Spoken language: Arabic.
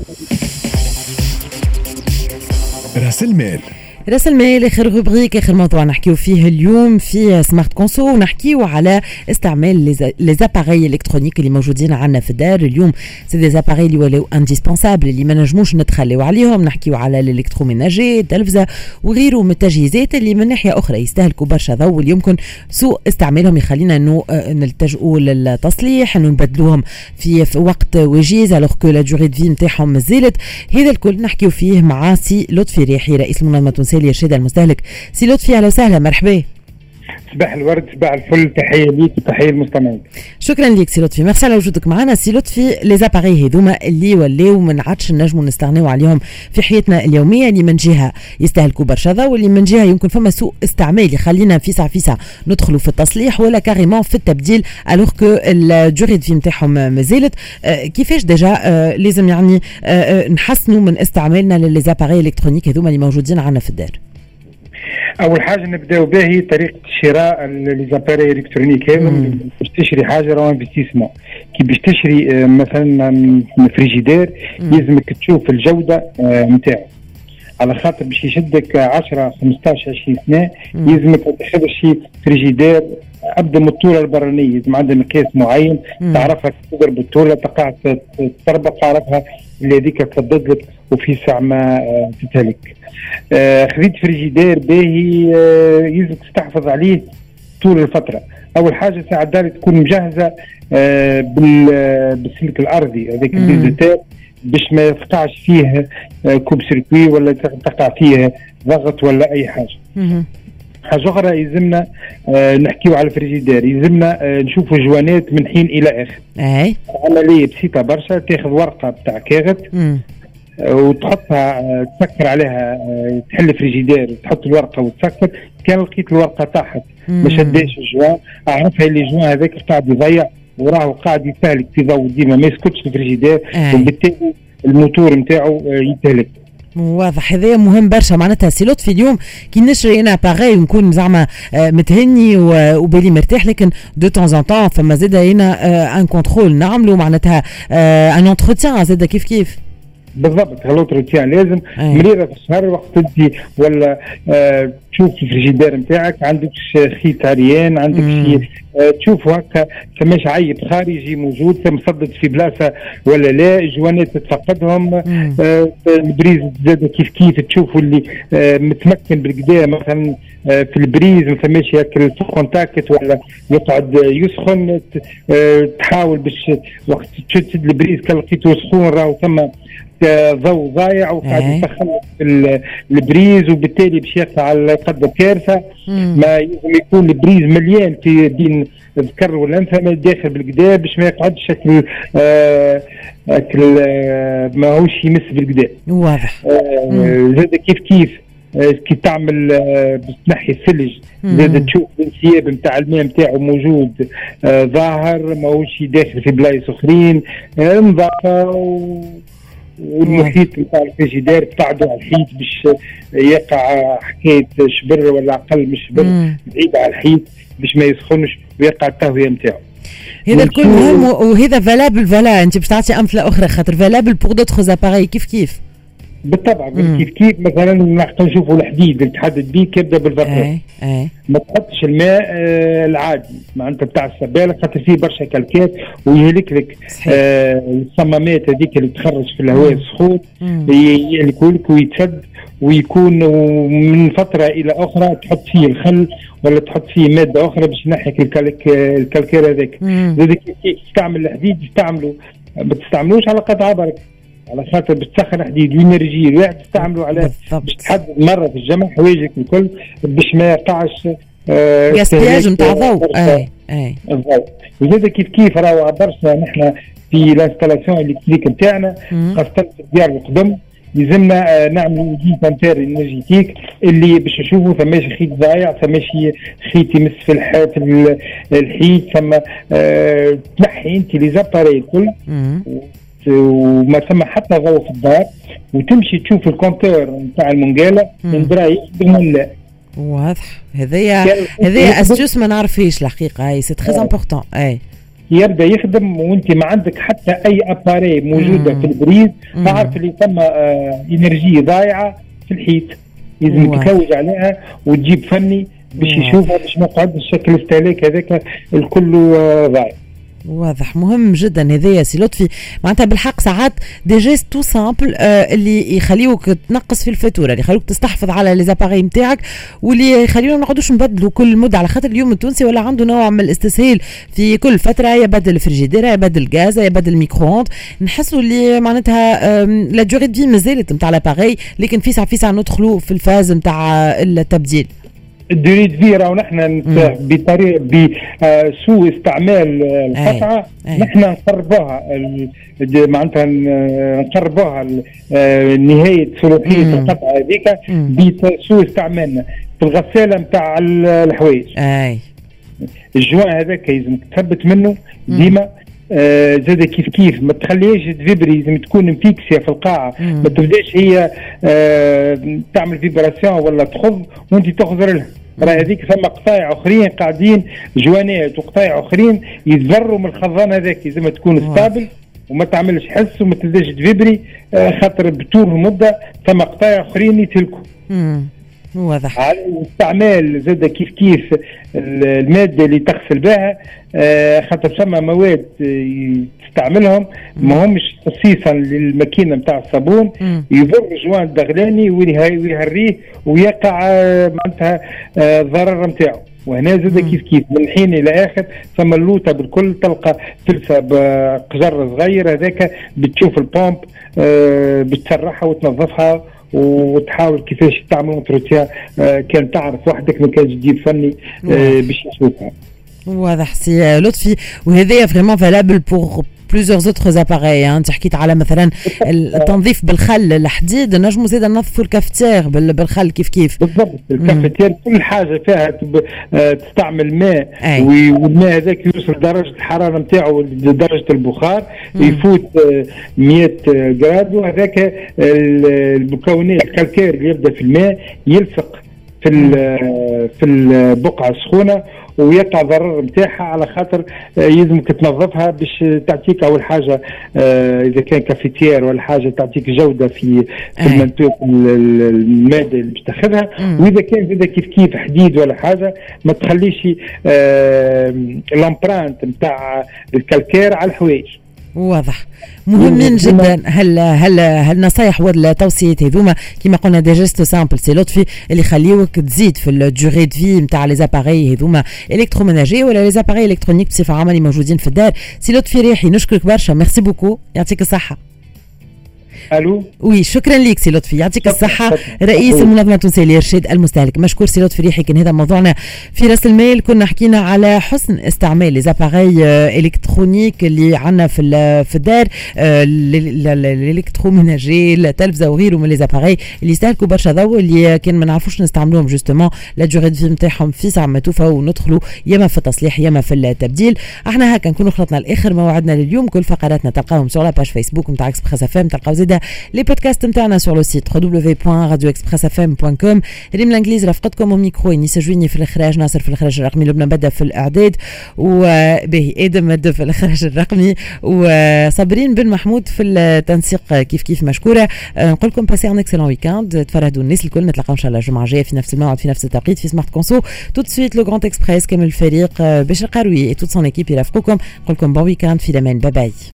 راس المال. راس المال اخر روبريك، اخر موضوع نحكيو فيه اليوم في سمارت كونسو، ونحكيو على استعمال لي زاباري الكترونيك اللي موجودين عندنا في الدار اليوم. سي دي زاباري اللي ولاو انديسبونسابل اللي ما نجموش نتخليو عليهم. نحكيو على الالكتروميناجي، التلفزه وغيره من التجهيزات اللي من ناحيه اخرى يستهلكوا برشا ضوء، واللي يمكن سوء استعمالهم يخلينا انه نلتجؤوا للتصليح، انه نبدلوهم في وقت وجيز الوغ كو لا دوري دو في نتاعهم مازالت. هذا الكل نحكيو فيه مع سي لطفي ريحي، رئيس المنظمه التونسيه لإرشاد المستهلك. سي لطفي اهلا وسهلا، مرحبا. صباح الورد، صباح الفل، تحيه ليك وتحيه للمستمعين. شكرا ليك سي لطفي، ميرسي على وجودك معنا. سي لطفي، لي زاباري هذوما اللي ولاو ما عادش نجموا نستغنيو عليهم في حياتنا اليوميه، اللي من جهه يستهلكوا برشا ضوء، واللي من جهه يمكن فما سوء استعمال يخلينا فيسع ندخلوا في التصليح ولا كاريمون في التبديل الوغ كو الدوري في نتاعهم مازالت. كيفاش ديجا لازم يعني نحسنوا من استعمالنا للي زاباري الكترونيك هذوما اللي موجودين عندنا في الدار؟ اول حاجه نبداو بها هي طريقه شراء لي زاباري الكترونيك. هذا باش تشري حاجه راه انفستيسمون، كي باش تشري مثلا فريجيدير لازمك تشوف الجوده نتاعو، على خاطر باش يشدك 10 15 20 سنه لازمك ما تاخذش فريجيدير ابدا من الطوله البرانيه، لازم عندها مقياس معين تعرفها، تقدر بالطوله تقع تطربق، تعرفها اللي هذيك تسدد لك وفي ساعه ما تتهلك. خذيت فريجيدير باهي يلزم تستحفظ عليه طول الفتره. اول حاجه ساعه الدار تكون مجهزه بالسلك الارضي هذاك الديزيتير باش ما يقطعش فيه كوب سيركوي ولا تقع فيه ضغط ولا اي حاجه. حاجه اخرى يلزمنا نحكيو على الفريجيدير، يلزمنا نشوفوا جوانات من حين الى اخر. عمليه بسيطه برشا، تاخذ ورقه بتاع كاغط وتحطها تسكر عليها، تحل فريجيدير تحط الورقه وتسكر. كان لقيت الورقه طاحت ما شداش الجوان، اعرفها اللي الجوان هذاك قاعد يضيع وراه قاعد يستهلك في ضوء ديما، ما يسكتش الفريجيدير وبالتالي الموتور نتاعو يتهلك. واضح، هذا مهم برشا. معناتها سي لطفي اليوم كي نشري انا باغي نكون زعما متهني وبالي مرتاح، لكن دو طون ان طون فما زاده هنا ان كونترول نعملوا، معناتها ان انتروتيان زاده كيف بالضبط. هالوتروتيان لازم مريره في الشهر وقت تدي ولا تشوف الفريجيدير نتاعك عندك خيط عريان، عندك شيء تشوف هكا فماش عيب خارجي موجود، مصدد في بلاصه ولا لا، جوانات تفقدهم، البريز زاد كيف تشوفوا اللي متمكن بالكدا مثلا في البريز ما فماش هكا كونتاكت ولا يقعد يسخن، تحاول باش وقت تشد البريز كان لقيته سخون راهو ثم ضوء ضايع وقاعد يسخن في البريز، وبالتالي باش يقع على قد كارثه. ما لازم يكون البريز مليان في بين الذكر والانثى ما داخل بالكدا باش ما يقعدش شكل ماهوش يمس بالكدا. واضح. زاد كيف كي تعمل باش تنحي الثلج زاد تشوف الانسياب نتاع الماء نتاعو موجود ظاهر، ماهوش داخل في بلايص اخرين، نظافه والمحيط نتاع الفريجيدير تبعدوا على الحيط باش يقع حكايه شبر ولا اقل من شبر، بعيد على الحيط باش ما يسخنش ويقع التهويه نتاعو. هذا الكل مهم، وهذا فالابل. فلا انت باش تعطي امثله اخرى خاطر فالابل بور دوتر زاباري كيف بالطبع. كيف مثلا نشوفوا الحديد اللي تحدد به كيبدا بالفاتور، ما تحطش الماء العادي معناتها بتاع السباله خاطر فيه برشا كالكات ويهلك لك الصمامات هذيك اللي تخرج في الهواء السخون، يهلكوا لك ويتسد، ويكون من فتره الى اخرى تحط فيه الخل ولا تحط فيه ماده اخرى باش ينحك الكالكير هذاك. كيف تستعمل الحديد ما تستعملوش على قطعه برك، على خاطر بتسخن حديد وانرجي الواحد تستعملوا على باش تحدد مره في الجمع حوايجك الكل باش ما يقعش جاستياج نتاع ضوء. وزاد كيف راهو برشا نحن في الانستالاسيون الكتريك نتاعنا خاصه في الديار القدم لازمنا نعملوا ديسانتير انرجيتيك اللي باش نشوفوا ثماش خيط ضايع، ثماش خيط يمس في الحيط، ثم تنحي انت لي زاباري الكل وما ثم حتى ضوء في الدار، وتمشي تشوف الكونتور نتاع المنقاله ندرا يخدم ولا. واضح. هذه استوس ما نعرفيش الحقيقه، هاي سي تري امبورطون. يبدا يخدم وانت ما عندك حتى اي اباري موجوده في البريد، تعرف اللي ثم انرجي ضايعه في الحيط، لازم تكوج عليها وتجيب فني باش يشوفها، باش ما يقعدش الشكل الاستهلاك هذاك الكل ضايع. واضح، مهم جدا هذايا سي لطفي. معناتها بالحق ساعات دي جيست تو سامبل اللي يخليوك تنقص في الفاتوره، اللي يخليوك تستحفظ على لي زاباري نتاعك، واللي يخليونا ما نقعدوش نبدلوا كل مده، على خاطر اليوم التونسي ولا عنده نوع من الاستسهال في كل فتره يبدل الفريجيدير، يبدل الغاز، يبدل الميكرووند. نحسوا اللي معناتها لا دوري دي مازالت نتاع لاباري، لكن في ساعه ندخلوا في الفاز نتاع التبديل. الدوري دي راهو نحن بطريقه بسوء استعمال القطعه نحن نقربوها، معناتها نقربوها نهايه صلاحيه القطعه هذيك بسوء استعمالنا في الغساله نتاع الحوايج. الجوان هذاك لازم تثبت منه ديما. زاد كيف ما تخليهاش تفيبري، لازم تكون مفيكسيه في القاعه، ما تبداش هي تعمل فيبراسيون ولا تخض وانت تخزر لها. راه هذيك ثم قطايع اخرين قاعدين جوانات وقطايع اخرين يتضروا من الخضان هذاك، لازم تكون ستابل وما تعملش حس وما تبداش تفيبري، خاطر بطول المده ثم قطايع اخرين يتهلكوا. واضح. على استعمال زاد كيف الماده اللي تغسل بها، خاطر ثم مواد تستعملهم ما همش خصيصا للماكينه نتاع الصابون، يضر جوان الدغلاني ويهريه ويقع معناتها الضرر نتاعو. وهنا زاد كيف من الحين الى اخر ثم اللوطه بالكل تلقى تلسى بقجر صغير هذاك، بتشوف البومب بتسرحها وتنظفها وتحاول كيفاش تعمل انتروتيا، كان تعرف وحدك ما كانش تجيب فني باش يشوفها. واضح سي لطفي، وهذايا فريمون فالابل بور plusieurs autres appareils. انت حكيت على مثلا التنظيف بالخل الحديد، نجموا زيد ننظفوا الكافتير بالخل كيف بالضبط. الكافتير كل حاجه فيها تستعمل ماء، والماء هذاك يوصل درجه الحراره نتاعو لدرجه البخار، يفوت 100 جراد، وهذاك المكونات الكالكير اللي يبدا في الماء يلصق في البقعه السخونه ويقع ضرر نتاعها، على خاطر يلزمك تنظفها باش تعطيك اول حاجه اذا كان كافيتير ولا حاجه تعطيك جوده في المنتوج الماده اللي باش تاخذها، واذا كان زاد كيف حديد ولا حاجه ما تخليش الامبرانت نتاع الكالكير على الحوايج. واضح، مهمين جدا. هل نصايح والتوصيات هذوما كما قلنا دي جيست سامبل سي لطفي اللي يخليوك تزيد في الدوري دو في نتاع لي زاباري هذوما الكتروميناجي ولا لي زاباري الكترونيك بصفه عامه اللي موجودين في الدار. سي لطفي ريحي نشكرك برشا، ميرسي بوكو، يعطيك الصحه. الو وي شكرا ليك سي لطفي، يعطيك الصحه. رئيس المنظمه التونسيه لارشاد المستهلك. مشكور سي لطفي ريحي. كان هذا موضوعنا في راس المال، كنا حكينا على حسن استعمال لي زاباري الكترونيك اللي عندنا في الدار، الالكتروميناجي، التلفزه وغيره من لي زاباري اللي يستهلكوا برشا ضوء، اللي كان ما نعرفوش نستعملوهم جوستومون لا دوري دو في نتاعهم في ساعه ما توفى وندخلوا ياما في التصليح ياما في التبديل. احنا هكا نكونوا خلطنا الاخر موعدنا لليوم. كل فقراتنا تلقاوهم سور لا باج فيسبوك نتاع اكسبريس اف ام، تلقاو زيدا لي بودكاست نتاعنا سور لو سيت www.radioexpressfm.com. ريم الانجليز رافقتكم وميكرو نيسا جويني في الاخراج، ناصر في الاخراج الرقمي، لبنى بدأ في الاعداد، وباهي ادم مد في الاخراج الرقمي، وصابرين بن محمود في التنسيق كيف مشكوره. نقول لكم باسي ان اكسلون ويكاند، تفرهدوا الناس الكل. نتلاقاو ان شاء الله الجمعه الجايه في نفس الموعد في نفس التوقيت في سمارت كونسو. تو دو سويت لو غراند اكسبريس كامل الفريق بشر قروي توت سون ايكيب يرافقوكم. نقول لكم بون ويكاند في الامان، باي باي.